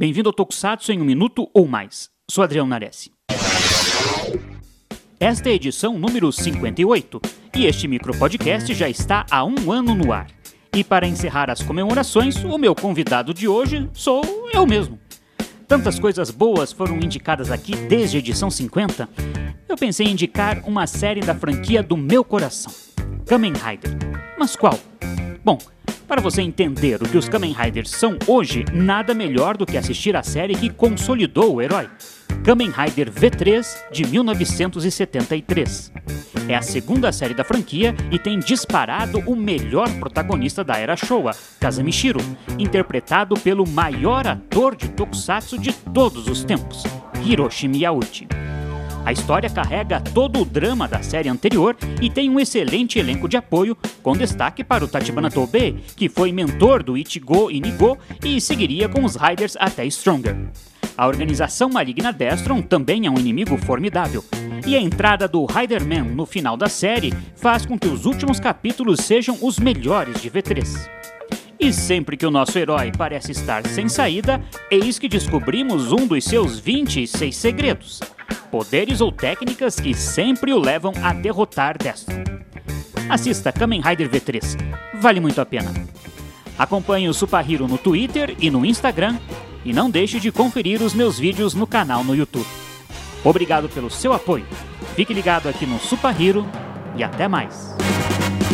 Bem-vindo ao Tokusatsu em 1 minuto ou mais. Sou Adriano Nares. Esta é a edição número 58 e este micropodcast já está há 1 ano no ar. E para encerrar as comemorações, o meu convidado de hoje sou eu mesmo. Tantas coisas boas foram indicadas aqui desde a edição 50, eu pensei em indicar uma série da franquia do meu coração, Kamen Rider. Mas qual? Bom, para você entender o que os Kamen Riders são hoje, nada melhor do que assistir a série que consolidou o herói, Kamen Rider V3 de 1973. É a segunda série da franquia e tem disparado o melhor protagonista da era Showa, Kazemishiro, interpretado pelo maior ator de Tokusatsu de todos os tempos, Hiroshi Miyauchi. A história carrega todo o drama da série anterior e tem um excelente elenco de apoio, com destaque para o Tachibana Toubei, que foi mentor do Ichigo Inigo e seguiria com os Riders até Stronger. A organização maligna Destron também é um inimigo formidável, e a entrada do Riderman no final da série faz com que os últimos capítulos sejam os melhores de V3. E sempre que o nosso herói parece estar sem saída, eis que descobrimos um dos seus 26 segredos. Poderes ou técnicas que sempre o levam a derrotar Destron. Assista Kamen Rider V3, vale muito a pena. Acompanhe o Supahiro no Twitter e no Instagram e não deixe de conferir os meus vídeos no canal no YouTube. Obrigado pelo seu apoio, fique ligado aqui no Supahiro e até mais!